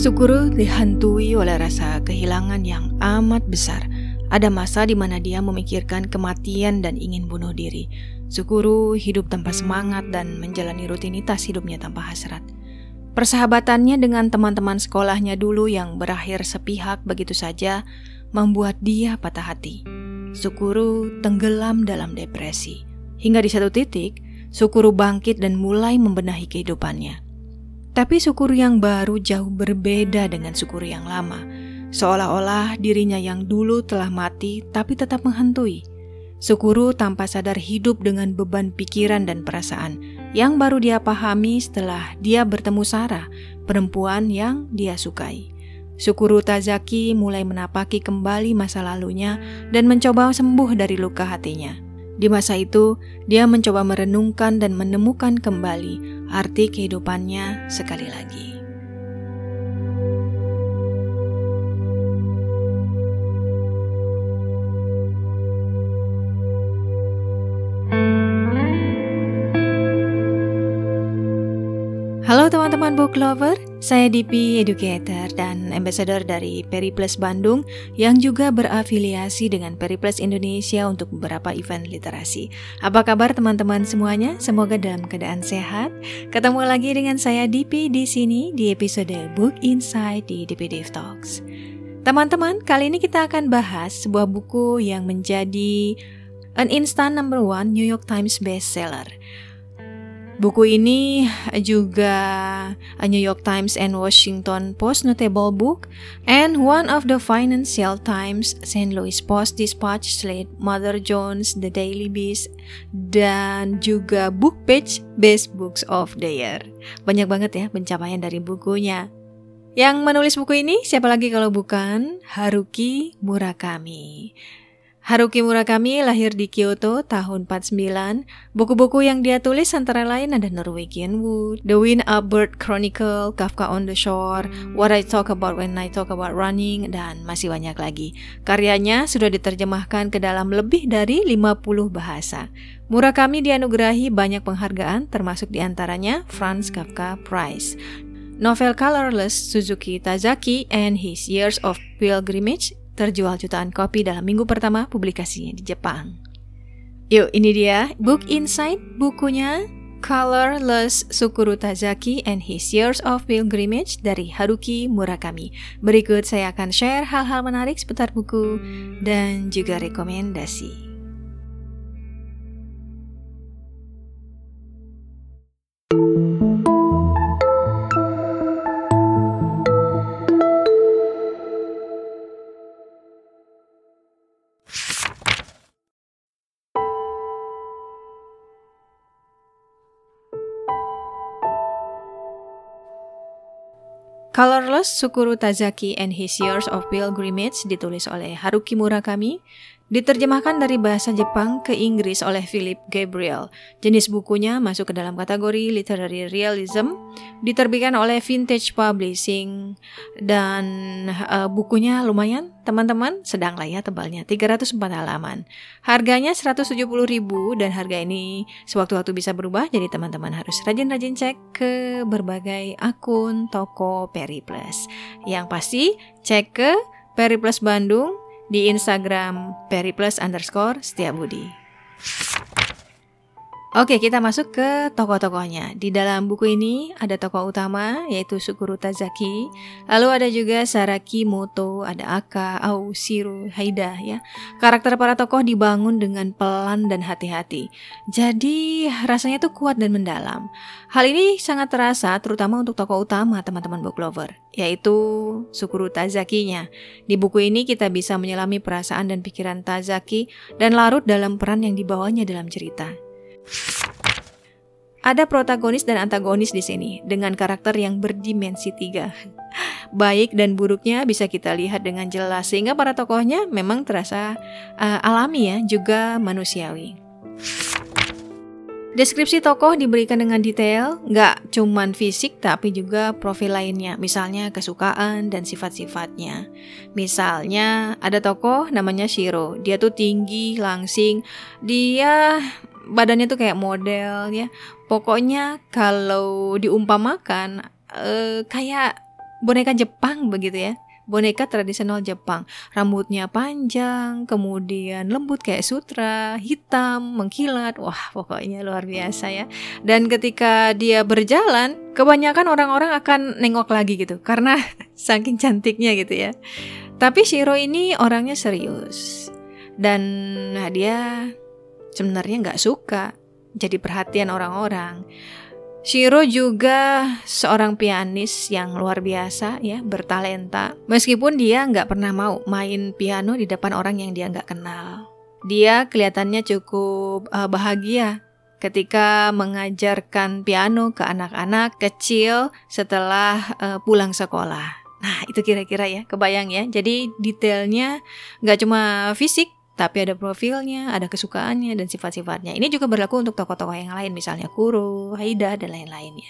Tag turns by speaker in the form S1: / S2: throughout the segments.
S1: Sukuru dihantui oleh rasa kehilangan yang amat besar. Ada masa di mana dia memikirkan kematian dan ingin bunuh diri. Sukuru hidup tanpa semangat dan menjalani rutinitas hidupnya tanpa hasrat. Persahabatannya dengan teman-teman sekolahnya dulu yang berakhir sepihak begitu saja membuat dia patah hati. Sukuru tenggelam dalam depresi. Hingga di satu titik, Sukuru bangkit dan mulai membenahi kehidupannya. Tapi Sukuru yang baru jauh berbeda dengan Sukuru yang lama. Seolah-olah dirinya yang dulu telah mati tapi tetap menghantui. Sukuru tanpa sadar hidup dengan beban pikiran dan perasaan yang baru dia pahami setelah dia bertemu Sarah, perempuan yang dia sukai. Sukuru Tazaki mulai menapaki kembali masa lalunya dan mencoba sembuh dari luka hatinya. Di masa itu, dia mencoba merenungkan dan menemukan kembali arti kehidupannya sekali lagi. Halo teman-teman book lover, saya Dipi, educator dan ambassador dari Periplus Bandung yang juga berafiliasi dengan Periplus Indonesia untuk beberapa event literasi. Apa kabar teman-teman semuanya? Semoga dalam keadaan sehat. Ketemu lagi dengan saya Dipi di sini di episode Book Insight di Dipi Div Talks. Teman-teman, kali ini kita akan bahas sebuah buku yang menjadi an instant number 1 New York Times bestseller. Buku ini juga a New York Times and Washington Post notable book and one of the Financial Times, St. Louis Post Dispatch, Slate, Mother Jones, The Daily Beast, dan juga Book Page Best Books of the Year. Banyak banget ya pencapaian dari bukunya. Yang menulis buku ini siapa lagi kalau bukan Haruki Murakami. Haruki Murakami lahir di Kyoto tahun 49. Buku-buku yang dia tulis antara lain ada Norwegian Wood, The Wind Up Bird Chronicle, Kafka on the Shore, What I Talk About When I Talk About Running, dan masih banyak lagi. Karyanya sudah diterjemahkan ke dalam lebih dari 50 bahasa. Murakami dianugerahi banyak penghargaan termasuk diantaranya Franz Kafka Prize. Novel Colorless Suzuki Tazaki and His Years of Pilgrimage terjual jutaan kopi dalam minggu pertama publikasinya di Jepang. Yuk, ini dia Book Insight, bukunya Colorless Sukuru Tazaki and His Years of Pilgrimage dari Haruki Murakami. Berikut saya akan share hal-hal menarik seputar buku dan juga rekomendasi. Colorless Sukuru Tazaki and His Years of Pilgrimage ditulis oleh Haruki Murakami, diterjemahkan dari bahasa Jepang ke Inggris oleh Philip Gabriel. Jenis bukunya masuk ke dalam kategori literary realism, diterbitkan oleh Vintage Publishing, dan bukunya lumayan teman-teman, sedang lah ya tebalnya, 304 halaman. Harganya 170.000 dan harga ini sewaktu-waktu bisa berubah, jadi teman-teman harus rajin-rajin cek ke berbagai akun toko Periplus. Yang pasti cek ke Periplus Bandung di Instagram Periplus_Setiabudi. Oke, kita masuk ke tokoh-tokohnya. Di dalam buku ini ada tokoh utama yaitu Sukuru Tazaki. Lalu ada juga Saraki Moto, ada Aka, Au, Shiro, Haida ya. Karakter para tokoh dibangun dengan pelan dan hati-hati. Jadi rasanya tuh kuat dan mendalam. Hal ini sangat terasa terutama untuk tokoh utama teman-teman book lover, yaitu Sukuru Tazakinya. Di buku ini kita bisa menyelami perasaan dan pikiran Tazaki dan larut dalam peran yang dibawanya dalam cerita. Ada protagonis dan antagonis di sini dengan karakter yang berdimensi 3. Baik dan buruknya bisa kita lihat dengan jelas sehingga para tokohnya memang terasa alami ya, juga manusiawi. Deskripsi tokoh diberikan dengan detail, nggak cuman fisik tapi juga profil lainnya, misalnya kesukaan dan sifat-sifatnya. Misalnya ada tokoh namanya Shiro, dia tuh tinggi, langsing, dia badannya tuh kayak model ya. Pokoknya kalau diumpamakan kayak boneka Jepang begitu ya. Boneka tradisional Jepang, rambutnya panjang, kemudian lembut kayak sutra, hitam, mengkilat. Wah, pokoknya luar biasa ya. Dan ketika dia berjalan, kebanyakan orang-orang akan nengok lagi gitu, karena saking cantiknya gitu ya. Tapi Shiro ini orangnya serius. Dan dia sebenarnya nggak suka jadi perhatian orang-orang. Shiro juga seorang pianis yang luar biasa ya, bertalenta. Meskipun dia nggak pernah mau main piano di depan orang yang dia nggak kenal. Dia kelihatannya cukup bahagia ketika mengajarkan piano ke anak-anak kecil setelah pulang sekolah. Nah itu kira-kira ya, kebayang ya. Jadi detailnya nggak cuma fisik, tapi ada profilnya, ada kesukaannya, dan sifat-sifatnya. Ini juga berlaku untuk tokoh-tokoh yang lain, misalnya Kuro, Haida, dan lain-lainnya.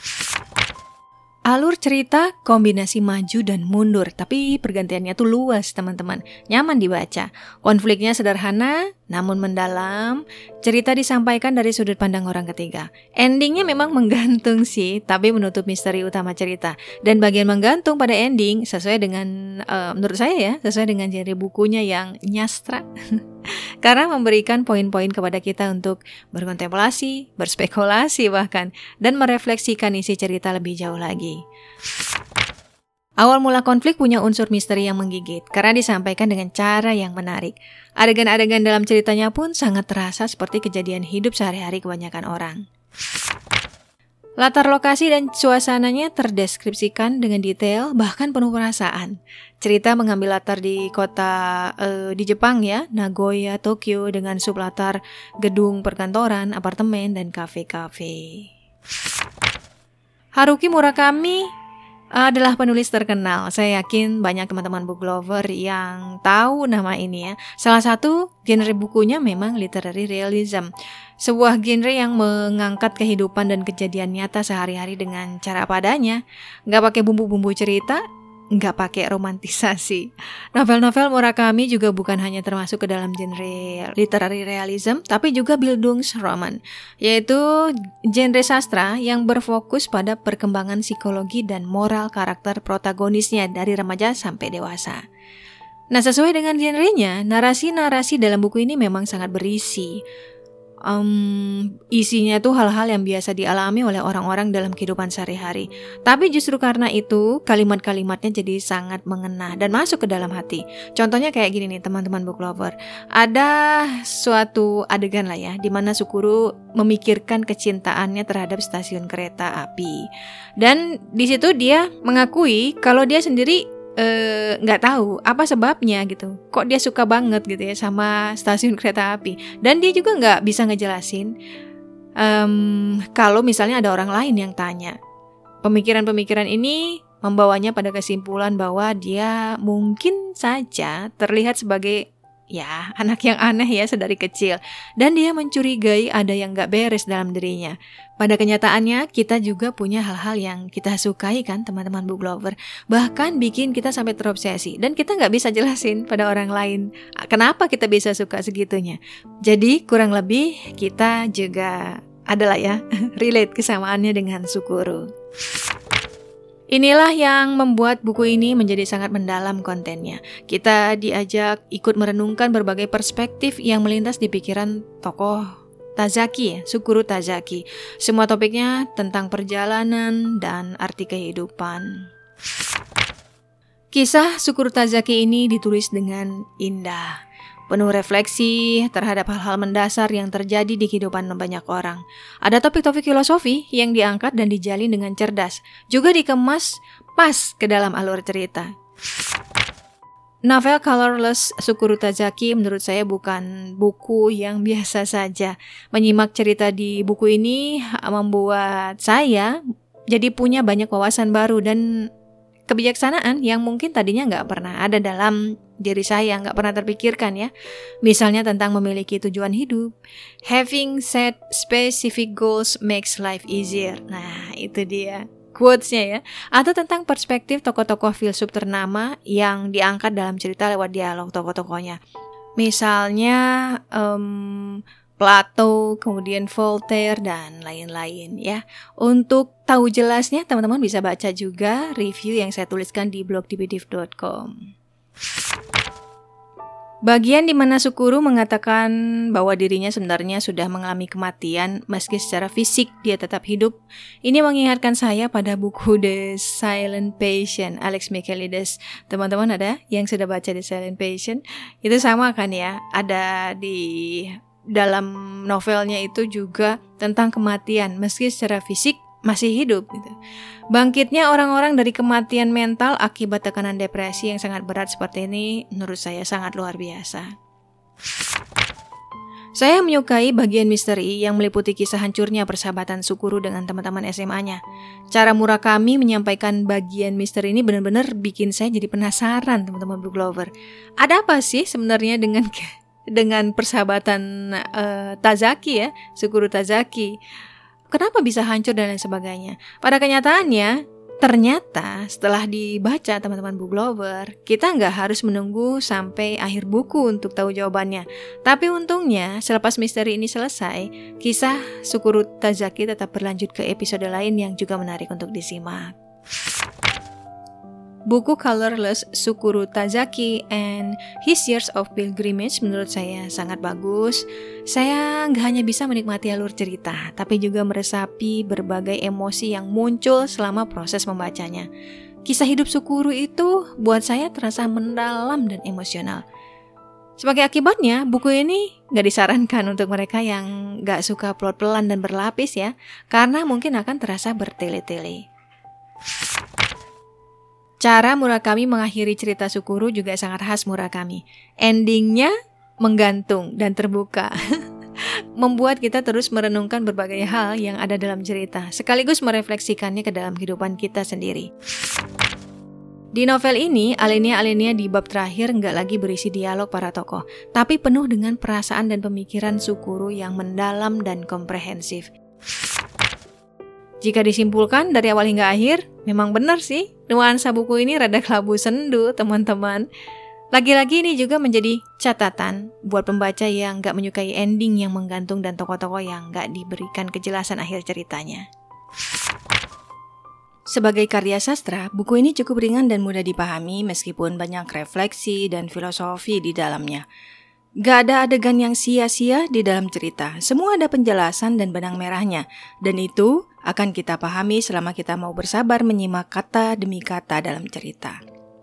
S1: Alur cerita kombinasi maju dan mundur, tapi pergantiannya tuh luas teman-teman, nyaman dibaca. Konfliknya sederhana, namun mendalam. Cerita disampaikan dari sudut pandang orang ketiga. Endingnya memang menggantung sih, tapi menutup misteri utama cerita. Dan bagian menggantung pada ending sesuai dengan, menurut saya ya, sesuai dengan genre bukunya yang nyastra. Karena memberikan poin-poin kepada kita untuk berkontemplasi, berspekulasi bahkan, dan merefleksikan isi cerita lebih jauh lagi. Awal mula konflik punya unsur misteri yang menggigit, karena disampaikan dengan cara yang menarik. Adegan-adegan dalam ceritanya pun sangat terasa seperti kejadian hidup sehari-hari kebanyakan orang. Latar lokasi dan suasananya terdeskripsikan dengan detail, bahkan penuh perasaan. Cerita mengambil latar di kota di Jepang ya, Nagoya, Tokyo, dengan sublatar gedung perkantoran, apartemen, dan kafe-kafe. Haruki Murakami adalah penulis terkenal. Saya yakin banyak teman-teman book lover yang tahu nama ini ya. Salah satu genre bukunya memang literary realism. Sebuah genre yang mengangkat kehidupan dan kejadian nyata sehari-hari dengan cara padanya. Nggak pakai bumbu-bumbu cerita, nggak pakai romantisasi. Novel-novel Murakami juga bukan hanya termasuk ke dalam genre literary realism, tapi juga Bildungsroman, yaitu genre sastra yang berfokus pada perkembangan psikologi dan moral karakter protagonisnya dari remaja sampai dewasa. Nah, sesuai dengan genrenya, narasi-narasi dalam buku ini memang sangat berisi. Isinya tuh hal-hal yang biasa dialami oleh orang-orang dalam kehidupan sehari-hari. Tapi justru karena itu kalimat-kalimatnya jadi sangat mengena dan masuk ke dalam hati. Contohnya kayak gini nih teman-teman book lover. Ada suatu adegan lah ya, di mana Sukuru memikirkan kecintaannya terhadap stasiun kereta api. Dan di situ dia mengakui kalau dia sendiri nggak tahu apa sebabnya gitu, kok dia suka banget gitu ya sama stasiun kereta api, dan dia juga nggak bisa ngejelasin kalau misalnya ada orang lain yang tanya. Pemikiran-pemikiran ini membawanya pada kesimpulan bahwa dia mungkin saja terlihat sebagai ya anak yang aneh ya sedari kecil, dan dia mencurigai ada yang nggak beres dalam dirinya. Pada kenyataannya kita juga punya hal-hal yang kita sukai kan teman-teman book lover, bahkan bikin kita sampai terobsesi, dan kita nggak bisa jelasin pada orang lain kenapa kita bisa suka segitunya. Jadi kurang lebih kita juga adalah ya relate kesamaannya dengan Sukuru. Inilah yang membuat buku ini menjadi sangat mendalam kontennya. Kita diajak ikut merenungkan berbagai perspektif yang melintas di pikiran tokoh Tazaki, Sukuru Tazaki. Semua topiknya tentang perjalanan dan arti kehidupan. Kisah Sukuru Tazaki ini ditulis dengan indah, penuh refleksi terhadap hal-hal mendasar yang terjadi di kehidupan banyak orang. Ada topik-topik filosofi yang diangkat dan dijalin dengan cerdas, juga dikemas pas ke dalam alur cerita. Novel Colorless Sukuru Tazaki menurut saya bukan buku yang biasa saja. Menyimak cerita di buku ini membuat saya jadi punya banyak wawasan baru dan kebijaksanaan yang mungkin tadinya nggak pernah ada dalam diri saya, nggak pernah terpikirkan ya. Misalnya tentang memiliki tujuan hidup. Having set specific goals makes life easier. Nah, itu dia quotes-nya ya. Atau tentang perspektif tokoh-tokoh filsuf ternama yang diangkat dalam cerita lewat dialog tokoh-tokohnya. Misalnya Plato, kemudian Voltaire, dan lain-lain ya. Untuk tahu jelasnya, teman-teman bisa baca juga review yang saya tuliskan di blog dpdiv.com. Bagian di mana Sukuru mengatakan bahwa dirinya sebenarnya sudah mengalami kematian meski secara fisik dia tetap hidup. Ini mengingatkan saya pada buku The Silent Patient, Alex Michaelides. Teman-teman ada yang sudah baca The Silent Patient? Itu sama kan ya? Ada di dalam novelnya itu juga tentang kematian meski secara fisik masih hidup gitu. Bangkitnya orang-orang dari kematian mental akibat tekanan depresi yang sangat berat seperti ini menurut saya sangat luar biasa. Saya menyukai bagian misteri yang meliputi kisah hancurnya persahabatan Sukuru dengan teman-teman SMA-nya. Cara Murakami menyampaikan bagian misteri ini benar-benar bikin saya jadi penasaran, teman-teman book lover. Ada apa sih sebenarnya dengan persahabatan Tazaki ya, Sukuru Tazaki? Kenapa bisa hancur dan lain sebagainya? Pada kenyataannya, ternyata setelah dibaca teman-teman book lover, kita nggak harus menunggu sampai akhir buku untuk tahu jawabannya. Tapi untungnya, selepas misteri ini selesai, kisah Sukuru Tazaki tetap berlanjut ke episode lain yang juga menarik untuk disimak. Buku Colorless Sukuru Tazaki and His Years of Pilgrimage menurut saya sangat bagus. Saya nggak hanya bisa menikmati alur cerita, tapi juga meresapi berbagai emosi yang muncul selama proses membacanya. Kisah hidup Sukuru itu buat saya terasa mendalam dan emosional. Sebagai akibatnya, buku ini nggak disarankan untuk mereka yang nggak suka plot pelan dan berlapis ya, karena mungkin akan terasa bertele-tele. Cara Murakami mengakhiri cerita Sukuru juga sangat khas Murakami. Endingnya menggantung dan terbuka. Membuat kita terus merenungkan berbagai hal yang ada dalam cerita, sekaligus merefleksikannya ke dalam kehidupan kita sendiri. Di novel ini, alinea-alinea di bab terakhir nggak lagi berisi dialog para tokoh, tapi penuh dengan perasaan dan pemikiran Sukuru yang mendalam dan komprehensif. Jika disimpulkan dari awal hingga akhir, memang benar sih, nuansa buku ini rada kelabu sendu, teman-teman. Lagi-lagi ini juga menjadi catatan buat pembaca yang gak menyukai ending yang menggantung dan tokoh-tokoh yang gak diberikan kejelasan akhir ceritanya. Sebagai karya sastra, buku ini cukup ringan dan mudah dipahami meskipun banyak refleksi dan filosofi di dalamnya. Gak ada adegan yang sia-sia di dalam cerita, semua ada penjelasan dan benang merahnya, dan itu akan kita pahami selama kita mau bersabar menyimak kata demi kata dalam cerita.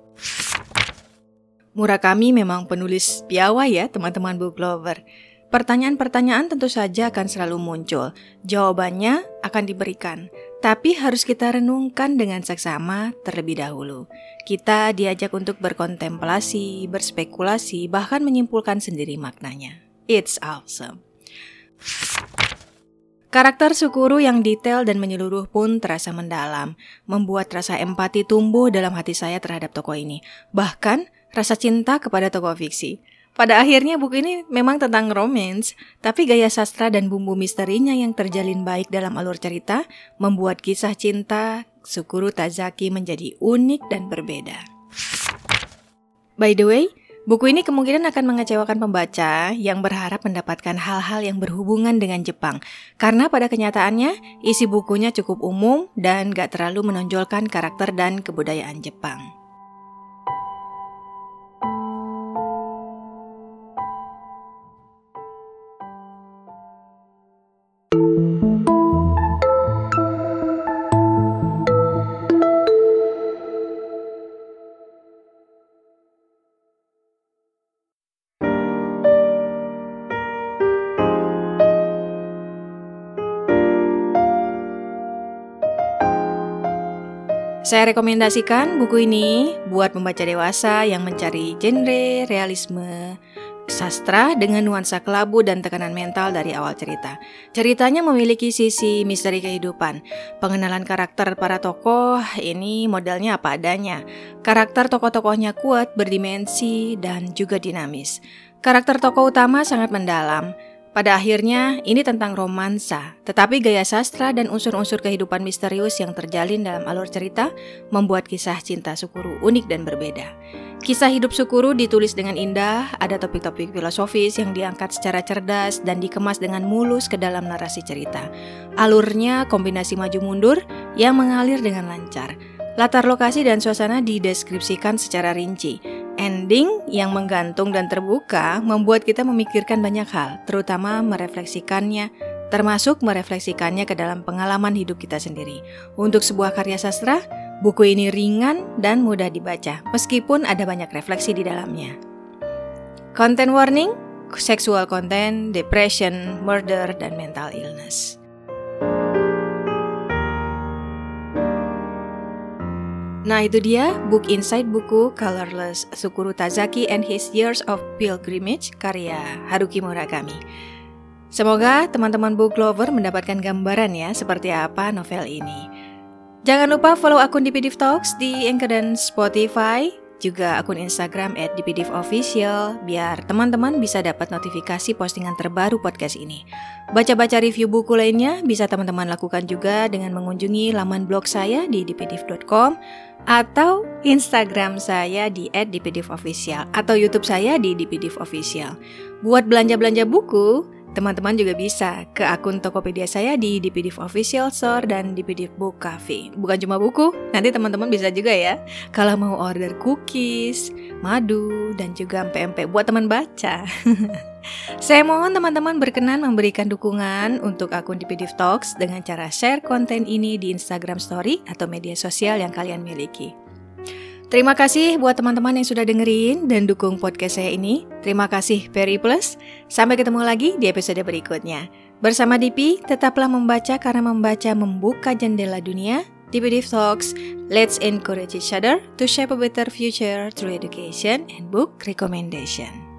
S1: Murakami memang penulis piawai ya teman-teman book lover. Pertanyaan-pertanyaan tentu saja akan selalu muncul, jawabannya akan diberikan, tapi harus kita renungkan dengan seksama terlebih dahulu. Kita diajak untuk berkontemplasi, berspekulasi, bahkan menyimpulkan sendiri maknanya. It's awesome. Karakter Sukuru yang detail dan menyeluruh pun terasa mendalam, membuat rasa empati tumbuh dalam hati saya terhadap tokoh ini. Bahkan rasa cinta kepada tokoh fiksi. Pada akhirnya buku ini memang tentang romance, tapi gaya sastra dan bumbu misterinya yang terjalin baik dalam alur cerita membuat kisah cinta Sukuru Tazaki menjadi unik dan berbeda. By the way, buku ini kemungkinan akan mengecewakan pembaca yang berharap mendapatkan hal-hal yang berhubungan dengan Jepang, karena pada kenyataannya isi bukunya cukup umum dan gak terlalu menonjolkan karakter dan kebudayaan Jepang. Saya rekomendasikan buku ini buat pembaca dewasa yang mencari genre realisme sastra dengan nuansa kelabu dan tekanan mental dari awal cerita. Ceritanya memiliki sisi misteri kehidupan. Pengenalan karakter para tokoh ini modelnya apa adanya. Karakter tokoh-tokohnya kuat, berdimensi, dan juga dinamis. Karakter tokoh utama sangat mendalam. Pada akhirnya, ini tentang romansa, tetapi gaya sastra dan unsur-unsur kehidupan misterius yang terjalin dalam alur cerita membuat kisah cinta Sukuru unik dan berbeda. Kisah hidup Sukuru ditulis dengan indah, ada topik-topik filosofis yang diangkat secara cerdas dan dikemas dengan mulus ke dalam narasi cerita. Alurnya kombinasi maju mundur yang mengalir dengan lancar. Latar lokasi dan suasana dideskripsikan secara rinci. Ending yang menggantung dan terbuka membuat kita memikirkan banyak hal, terutama termasuk merefleksikannya ke dalam pengalaman hidup kita sendiri. Untuk sebuah karya sastra, buku ini ringan dan mudah dibaca, meskipun ada banyak refleksi di dalamnya. Content warning, sexual content, depression, murder, dan mental illness. Nah, itu dia book inside buku Colorless, Sukuru Tazaki and His Years of Pilgrimage, karya Haruki Murakami. Semoga teman-teman book lover mendapatkan gambaran ya seperti apa novel ini. Jangan lupa follow akun DPDIV Talks di Anchor dan Spotify, juga akun Instagram @dpdivofficial, biar teman-teman bisa dapat notifikasi postingan terbaru podcast ini. Baca-baca review buku lainnya bisa teman-teman lakukan juga dengan mengunjungi laman blog saya di dpdiv.com atau Instagram saya di @dpdivofficial atau YouTube saya di dpdivofficial. Buat belanja-belanja buku, teman-teman juga bisa ke akun Tokopedia saya di DPDIV Official Store dan DPDIV Book Cafe. Bukan cuma buku, nanti teman-teman bisa juga ya kalau mau order cookies, madu, dan juga MP-MP buat teman baca. Saya mohon teman-teman berkenan memberikan dukungan untuk akun DPDIV Talks dengan cara share konten ini di Instagram Story atau media sosial yang kalian miliki. Terima kasih buat teman-teman yang sudah dengerin dan dukung podcast saya ini. Terima kasih Peri Plus. Sampai ketemu lagi di episode berikutnya. Bersama DP, tetaplah membaca karena membaca membuka jendela dunia. DPDIV Talks, let's encourage each other to shape a better future through education and book recommendation.